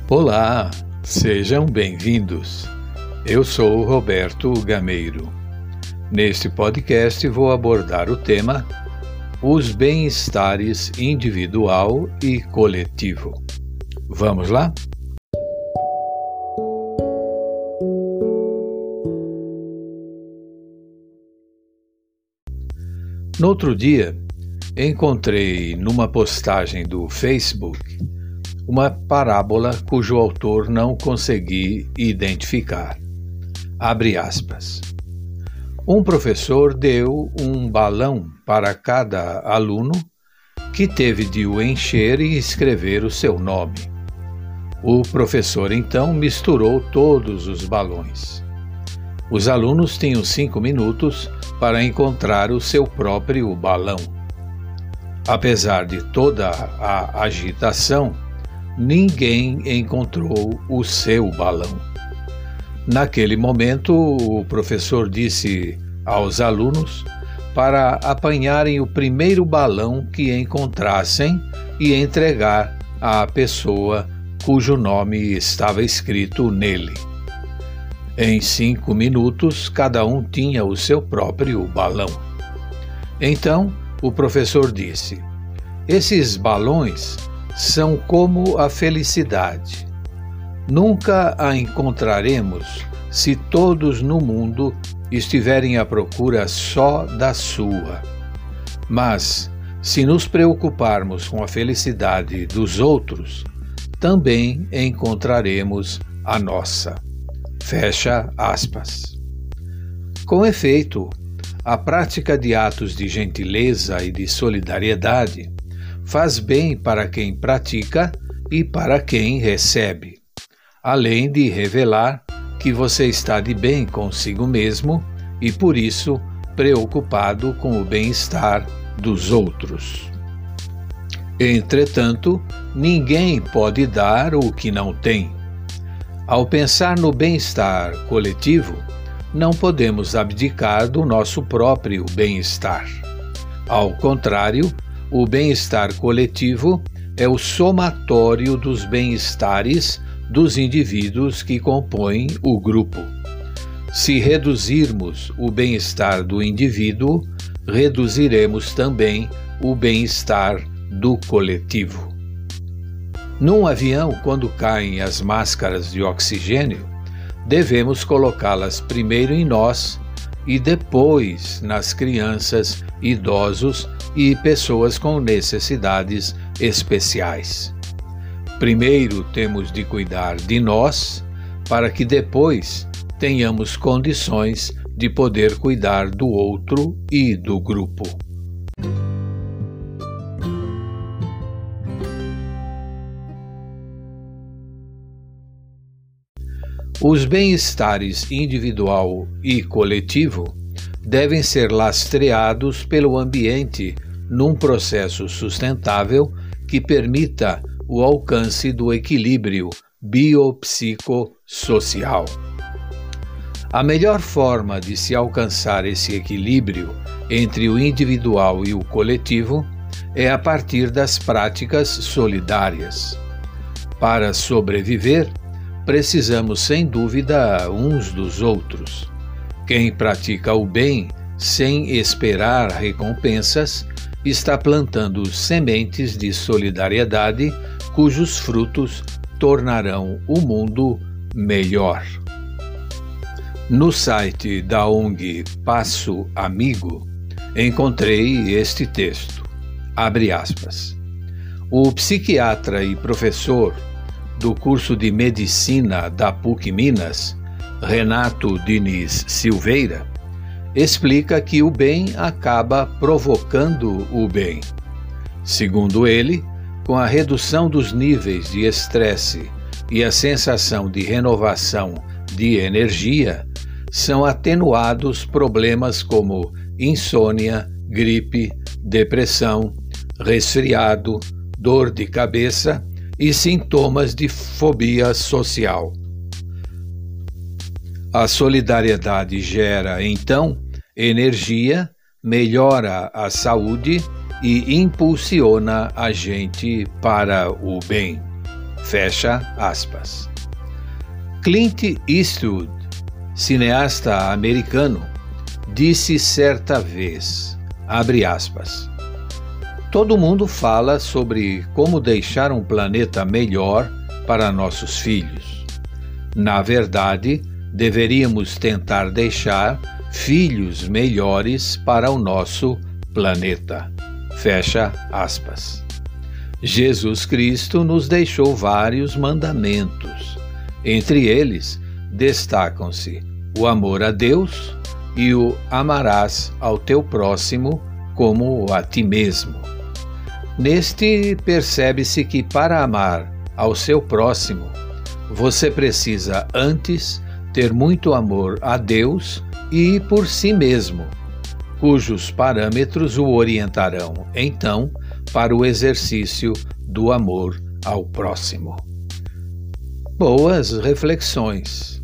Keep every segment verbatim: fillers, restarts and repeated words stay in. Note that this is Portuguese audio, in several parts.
Olá, sejam bem-vindos. Eu sou Roberto Gameiro. Neste podcast vou abordar o tema os bem-estares individual e coletivo. Vamos lá? No outro dia, encontrei numa postagem do Facebook uma parábola cujo autor não consegui identificar. Abre aspas. Um professor deu um balão para cada aluno que teve de o encher e escrever o seu nome. O professor então misturou todos os balões. Os alunos tinham cinco minutos para encontrar o seu próprio balão. Apesar de toda a agitação, ninguém encontrou o seu balão. Naquele momento, o professor disse aos alunos para apanharem o primeiro balão que encontrassem e entregar à pessoa cujo nome estava escrito nele. Em cinco minutos, cada um tinha o seu próprio balão. Então, o professor disse: esses balões são como a felicidade. Nunca a encontraremos se todos no mundo estiverem à procura só da sua. Mas, se nos preocuparmos com a felicidade dos outros, também encontraremos a nossa. Fecha aspas. Com efeito, a prática de atos de gentileza e de solidariedade faz bem para quem pratica e para quem recebe, além de revelar que você está de bem consigo mesmo e, por isso, preocupado com o bem-estar dos outros. Entretanto, ninguém pode dar o que não tem. Ao pensar no bem-estar coletivo, não podemos abdicar do nosso próprio bem-estar. Ao contrário, o bem-estar coletivo é o somatório dos bem-estares dos indivíduos que compõem o grupo. Se reduzirmos o bem-estar do indivíduo, reduziremos também o bem-estar do coletivo. Num avião, quando caem as máscaras de oxigênio, devemos colocá-las primeiro em nós e depois nas crianças, idosos e pessoas com necessidades especiais. Primeiro temos de cuidar de nós, para que depois tenhamos condições de poder cuidar do outro e do grupo. Os bem-estares individual e coletivo devem ser lastreados pelo ambiente num processo sustentável que permita o alcance do equilíbrio biopsicossocial. A melhor forma de se alcançar esse equilíbrio entre o individual e o coletivo é a partir das práticas solidárias. Para sobreviver, precisamos sem dúvida uns dos outros. Quem pratica o bem sem esperar recompensas está plantando sementes de solidariedade cujos frutos tornarão o mundo melhor. No site da O N G Passo Amigo, encontrei este texto. Abre aspas. O psiquiatra e professor do curso de Medicina da P U C Minas, Renato Diniz Silveira, explica que o bem acaba provocando o bem. Segundo ele, com a redução dos níveis de estresse e a sensação de renovação de energia, são atenuados problemas como insônia, gripe, depressão, resfriado, dor de cabeça e sintomas de fobia social. A solidariedade gera, então, energia, melhora a saúde e impulsiona a gente para o bem. Fecha aspas. Clint Eastwood, cineasta americano, disse certa vez, abre aspas, todo mundo fala sobre como deixar um planeta melhor para nossos filhos. Na verdade, deveríamos tentar deixar filhos melhores para o nosso planeta. Fecha aspas. Jesus Cristo nos deixou vários mandamentos. Entre eles, destacam-se o amor a Deus e o amarás ao teu próximo como a ti mesmo. Neste, percebe-se que para amar ao seu próximo, você precisa antes ter muito amor a Deus e por si mesmo, cujos parâmetros o orientarão, então, para o exercício do amor ao próximo. Boas reflexões.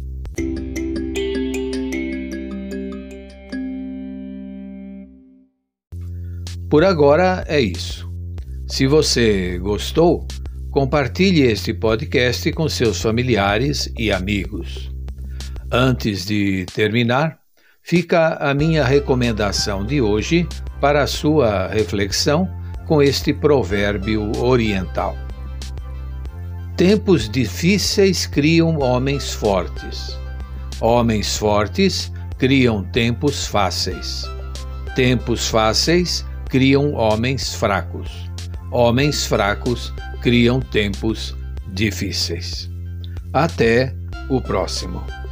Por agora é isso. Se você gostou, compartilhe este podcast com seus familiares e amigos. Antes de terminar, fica a minha recomendação de hoje para a sua reflexão com este provérbio oriental. Tempos difíceis criam homens fortes. Homens fortes criam tempos fáceis. Tempos fáceis criam homens fracos. Homens fracos criam tempos difíceis. Até o próximo.